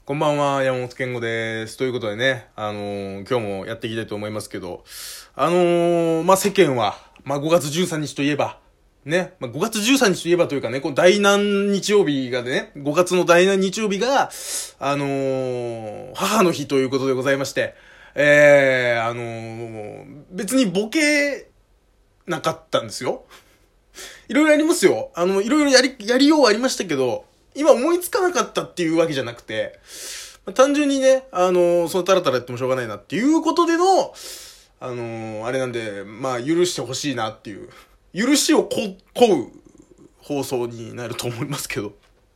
こんばんは、山本健吾です。ということでね、今日もやっていきたいと思いますけど、世間は、5月13日といえば、ね、5月13日といえばというかね、この第何日曜日がね、5月の第何日曜日が、母の日ということでございまして、別にボケなかったんですよ。いろいろありますよ。いろいろやりようはありましたけど、今思いつかなかったっていうわけじゃなくて、単純にね、そのタラタラやってもしょうがないなっていうことでの、あれなんで、許してほしいなっていう、許しをこう放送になると思いますけど。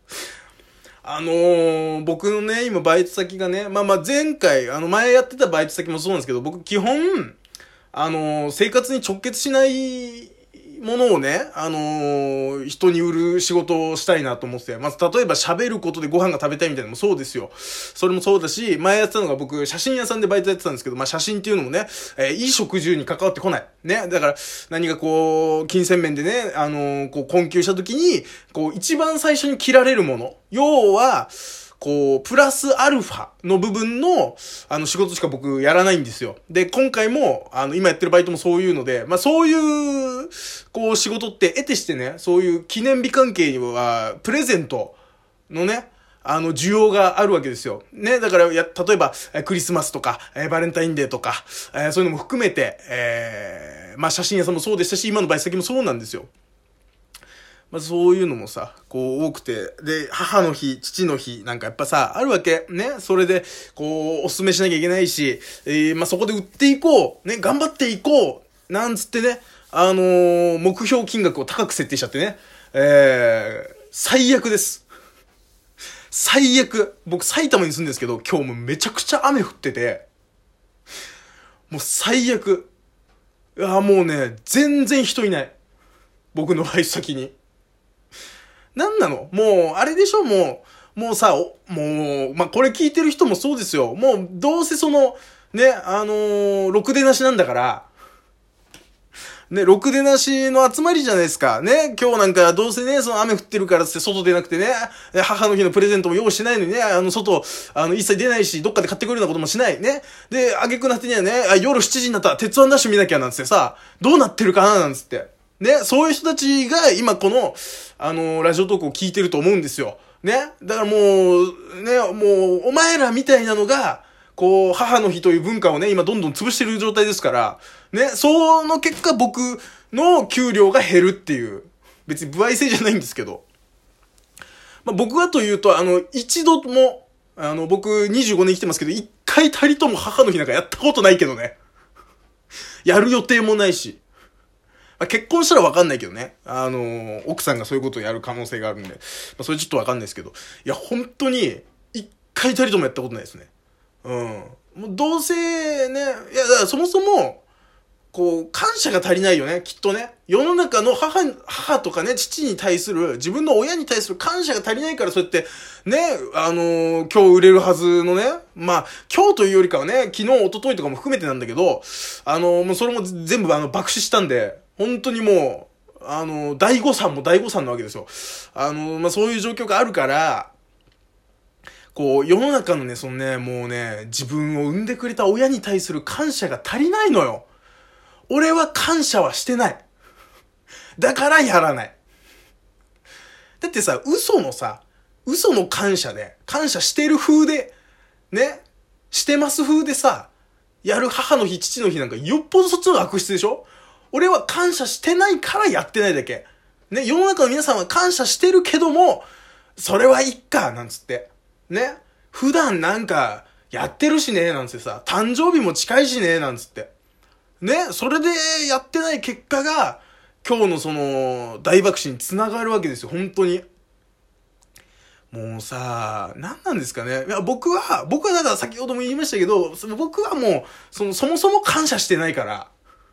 僕のね、今バイト先がね、前回、前やってたバイト先もそうなんですけど、僕基本、生活に直結しないものをね、人に売る仕事をしたいなと思ってて、例えば喋ることでご飯が食べたいみたいなのもそうですよ。それもそうだし、前やってたのが僕、写真屋さんでバイトやってたんですけど、写真っていうのもね、衣食住に関わってこない。ね。だから、何か金銭面でね、困窮した時に、一番最初に切られるもの。要は、プラスアルファの部分の、仕事しか僕やらないんですよ。で、今回も、今やってるバイトもそういうので、そういう、仕事って得てしてね、そういう記念日関係には、プレゼントのね、需要があるわけですよ。ね、だから、例えば、クリスマスとか、バレンタインデーとか、そういうのも含めて、写真屋さんもそうでしたし、今のバイト先もそうなんですよ。そういうのもさ、多くて、で、母の日、父の日、なんかやっぱさ、あるわけ。ね。それで、おすすめしなきゃいけないし、そこで売っていこう。ね、頑張っていこう。なんつってね、目標金額を高く設定しちゃってね。最悪です。最悪。僕、埼玉に住んでるんですけど、今日もめちゃくちゃ雨降ってて、もう最悪。もうね、全然人いない。僕のバイト先に。なんなのもう、あれでしょもうさ、これ聞いてる人もそうですよ。もう、どうせね、ろくでなしなんだから、ね、ろくでなしの集まりじゃないですか。ね、今日なんかどうせね、雨降ってるからって外出なくてね、母の日のプレゼントも用意しないのにね、外、一切出ないし、どっかで買ってくるようなこともしない。ね。で、挙句なってにはね、夜7時になったら鉄腕ダッシュ見なきゃなんつってさ、どうなってるかななんつって。ね、そういう人たちが今この、ラジオトークを聞いてると思うんですよ。ね。だからもう、ね、もう、お前らみたいなのが、母の日という文化をね、今どんどん潰してる状態ですから、ね、その結果僕の給料が減るっていう、別に歩合制じゃないんですけど。僕はというと、一度も、僕25年生きてますけど、一回たりとも母の日なんかやったことないけどね。やる予定もないし。結婚したらわかんないけどね。奥さんがそういうことをやる可能性があるんで。それちょっとわかんないですけど。いや、本当に、一回たりともやったことないですね。もうどうせね、いや、だからそもそも、感謝が足りないよね、きっとね。世の中の母とかね、父に対する、自分の親に対する感謝が足りないから、そうやって、ね、今日売れるはずのね、今日というよりかはね、昨日、一昨日とかも含めてなんだけど、もうそれも全部爆死したんで、本当にもう、大誤算も大誤算なわけですよ。そういう状況があるから、世の中のね、もうね、自分を産んでくれた親に対する感謝が足りないのよ。俺は感謝はしてない。だからやらない。だってさ、嘘の感謝で、感謝してる風で、ね、してます風でさ、やる母の日、父の日なんかよっぽどそっちの方が悪質でしょ？俺は感謝してないからやってないだけ。ね、世の中の皆さんは感謝してるけども、それはいっか、なんつって。ね、普段なんか、やってるしね、なんつってさ、誕生日も近いしね、なんつって。ね、それでやってない結果が、今日の大爆死に繋がるわけですよ、本当に。もうさ、何なんですかね。いや、僕はだから先ほども言いましたけど、僕はもう、そもそも感謝してないから。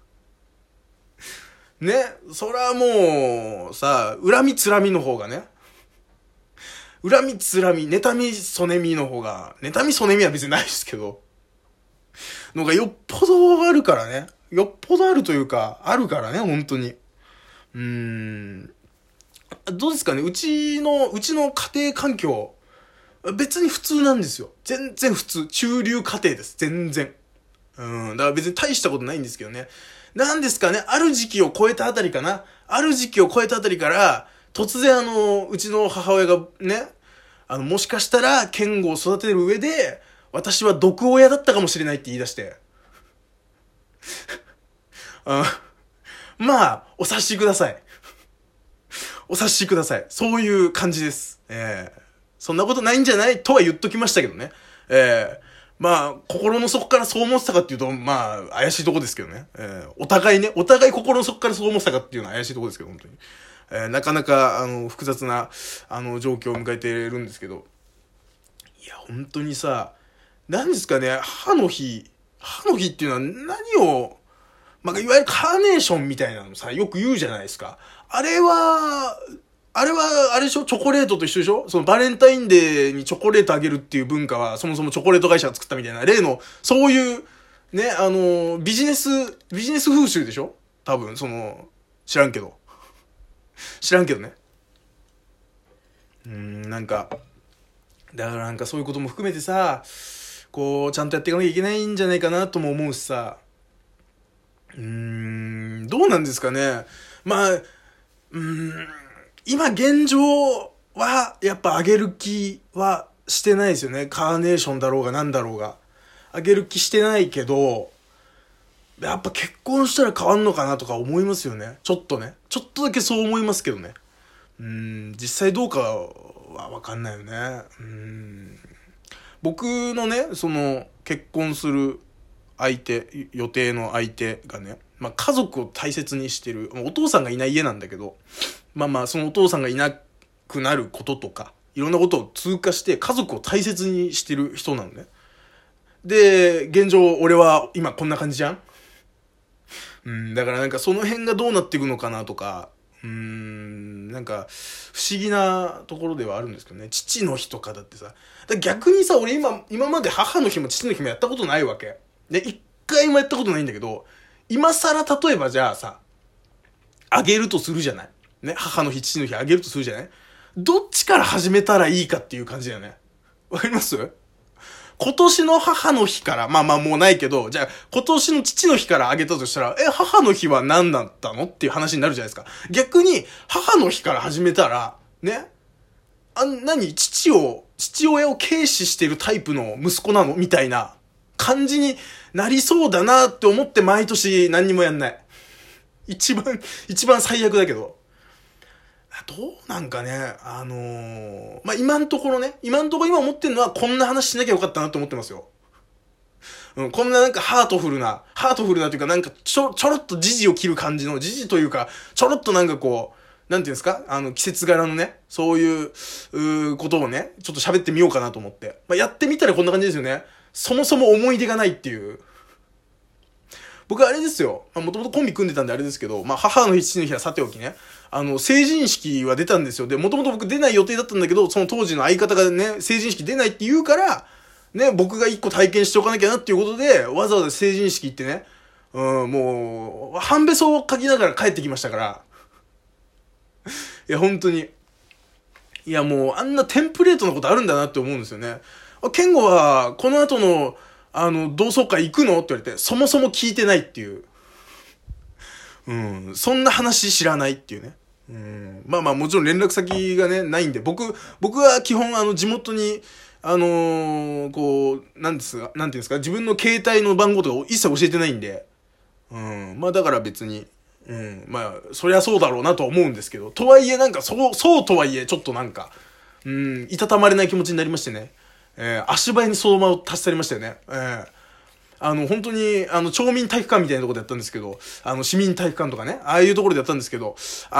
ね、それはもう、さ、恨みつらみの方がね。恨みつらみ、妬みそねみの方が、妬みそねみは別にないですけど、のがよっぽどあるからね。よっぽどあるというか、あるからね、本当に。どうですかね、うちの家庭環境、 別に普通なんですよ。全然普通。中流家庭です。全然。だから別に大したことないんですけどね。なんですかね、ある時期を超えたあたりかな。ある時期を超えたあたりから、突然うちの母親がね、もしかしたら、健吾を育てる上で、私は毒親だったかもしれないって言い出して。まあ、お察しください。お察しください。そういう感じです。そんなことないんじゃないとは言っときましたけどね。まあ、心の底からそう思ってたかっていうと、まあ、怪しいとこですけどね。お互い心の底からそう思ってたかっていうのは怪しいとこですけど、本当に。なかなか、複雑な、状況を迎えてるんですけど。いや、本当にさ、何ですかね、母の日っていうのは何を、まあ、いわゆるカーネーションみたいなのさ、よく言うじゃないですか。あれは、あれでしょ、チョコレートと一緒でしょ、そのバレンタインデーにチョコレートあげるっていう文化は、そもそもチョコレート会社が作ったみたいな、例の、そういう、ね、ビジネス風習でしょ多分、知らんけどね。なんか、だからなんかそういうことも含めてさ、こう、ちゃんとやっていかなきゃいけないんじゃないかなとも思うしさ、どうなんですかね。まあ、今現状は、やっぱ上げる気はしてないですよね。カーネーションだろうがなんだろうが。上げる気してないけど、やっぱ結婚したら変わんのかなとか思いますよね。ちょっとだけそう思いますけどね。実際どうかはわかんないよね。僕のね、結婚する予定の相手がね、まあ家族を大切にしてる、お父さんがいない家なんだけど、まあまあそのお父さんがいなくなることとか、いろんなことを通過して家族を大切にしてる人なのね。で、現状俺は今こんな感じじゃん。だからなんかその辺がどうなっていくのかなとか、なんか不思議なところではあるんですけどね。父の日とかだってさ、逆にさ、俺今まで母の日も父の日もやったことないわけで、一回もやったことないんだけど、今更例えばじゃあさ、あげるとするじゃないね、母の日父の日あげるとするじゃない、どっちから始めたらいいかっていう感じだよね。わかります？今年の母の日から、まあまあもうないけど、じゃあ今年の父の日からあげたとしたら、母の日は何だったのっていう話になるじゃないですか。逆に、母の日から始めたら、ね、父親を軽視してるタイプの息子なのみたいな感じになりそうだなって思って毎年何にもやんない。一番最悪だけど。どうなんかね、まあ、今今思ってるのはこんな話しなきゃよかったなと思ってますよ。こんななんかハートフルなというかなんかちょろっと時事を切る感じの、時事というか、ちょろっとなんかこう、なんていうんですか、季節柄のね、そういうことをね、ちょっと喋ってみようかなと思って。まあ、やってみたらこんな感じですよね。そもそも思い出がないっていう。僕あれですよ。もともとコンビ組んでたんであれですけど、まあ、母の日、父の日はさておきね、成人式は出たんですよ。で、もともと僕出ない予定だったんだけど、その当時の相方がね、成人式出ないって言うから、ね、僕が一個体験しておかなきゃなっていうことで、わざわざ成人式行ってね、もう、半べそを書きながら帰ってきましたから。いや、本当に。いや、もう、あんなテンプレートなことあるんだなって思うんですよね。健吾は、この後の、同窓会行くのって言われて、そもそも聞いてないっていう。そんな話知らないっていうね。まあまあもちろん連絡先がね、ないんで、僕は基本地元に、こう、なんていうんですか、自分の携帯の番号とか一切教えてないんで、まあだから別に、まあ、そりゃそうだろうなとは思うんですけど、とはいえなんかそうとはいえ、ちょっとなんか、いたたまれない気持ちになりましてね、足早にそのまま立ち去りましたよね。本当に、町民体育館みたいなところでやったんですけど、市民体育館とかね、ああいうところでやったんですけど、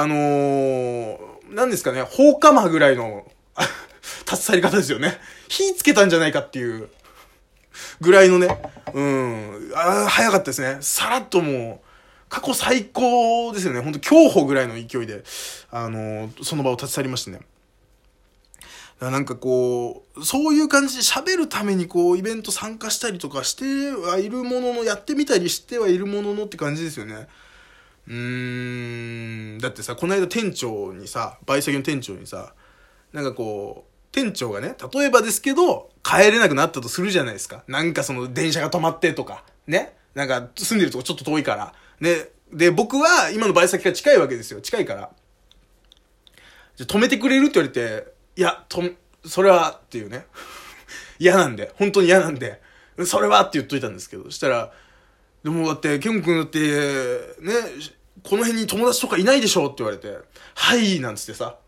なんですかね、放火魔ぐらいの立ち去り方ですよね。火つけたんじゃないかっていうぐらいのね、早かったですね。さらっともう、過去最高ですよね。本当競歩ぐらいの勢いで、その場を立ち去りましてね。なんかこう、そういう感じで喋るためにこう、イベント参加したりとかしてはいるものの、やってみたりしてはいるもののって感じですよね。だってさ、この間バイト先の店長にさ、なんかこう、 店長がね、例えばですけど、帰れなくなったとするじゃないですか。なんかその電車が止まってとか、ね。なんか住んでるとこちょっと遠いから。で、僕は今のバイト先が近いわけですよ。近いから。じゃ止めてくれるって言われて、いや、それはっていうね。嫌なんで、本当に嫌なんで、それはって言っといたんですけど、そしたら、でもだって、ケン君だって、ね、この辺に友達とかいないでしょって言われて、はい、なんつってさ。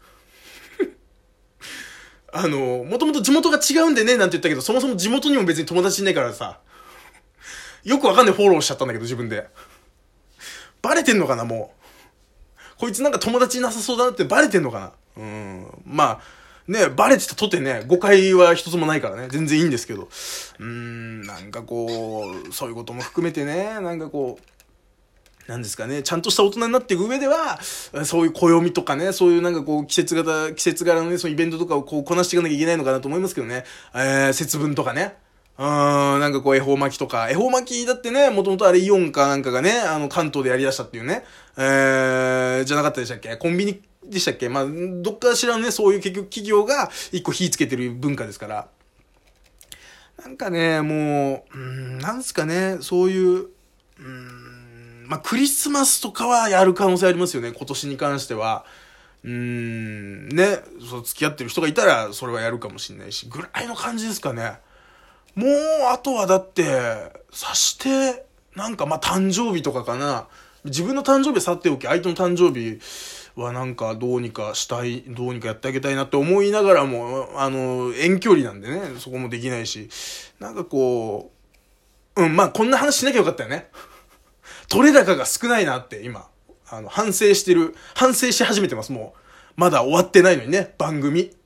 もともと地元が違うんでね、なんて言ったけど、そもそも地元にも別に友達いないからさ、よくわかんないフォローしちゃったんだけど、自分で。バレてんのかな、もう。こいつなんか友達いなさそうだなってバレてんのかな。まあ、ね、バレてたとてね、誤解は一つもないからね、全然いいんですけど。なんかこう、そういうことも含めてね、なんかこう、なんですかね、ちゃんとした大人になっていく上では、そういう暦とかね、そういうなんかこう、季節柄のね、そういうイベントとかをこう、こなしていかなきゃいけないのかなと思いますけどね。節分とかね。なんかこう、恵方巻きとか。恵方巻きだってね、もともとあれイオンかなんかがね、関東でやり出したっていうね。じゃなかったでしたっけ？コンビニでしたっけ？まあ、どっかしらのね、そういう結局企業が一個火つけてる文化ですから。なんかね、もう、なんすかね、そういう、まあ、クリスマスとかはやる可能性ありますよね、今年に関しては。ね、そう、付き合ってる人がいたら、それはやるかもしれないし、ぐらいの感じですかね。もう、あとはだって、さして、なんかまあ、誕生日とかかな。自分の誕生日はさておき、相手の誕生日はなんかどうにかやってあげたいなって思いながらも、遠距離なんでね、そこもできないし、なんかこう、まあ、こんな話しなきゃよかったよね。取れ高が少ないなって、今、反省し始めてます、もう。まだ終わってないのにね、番組。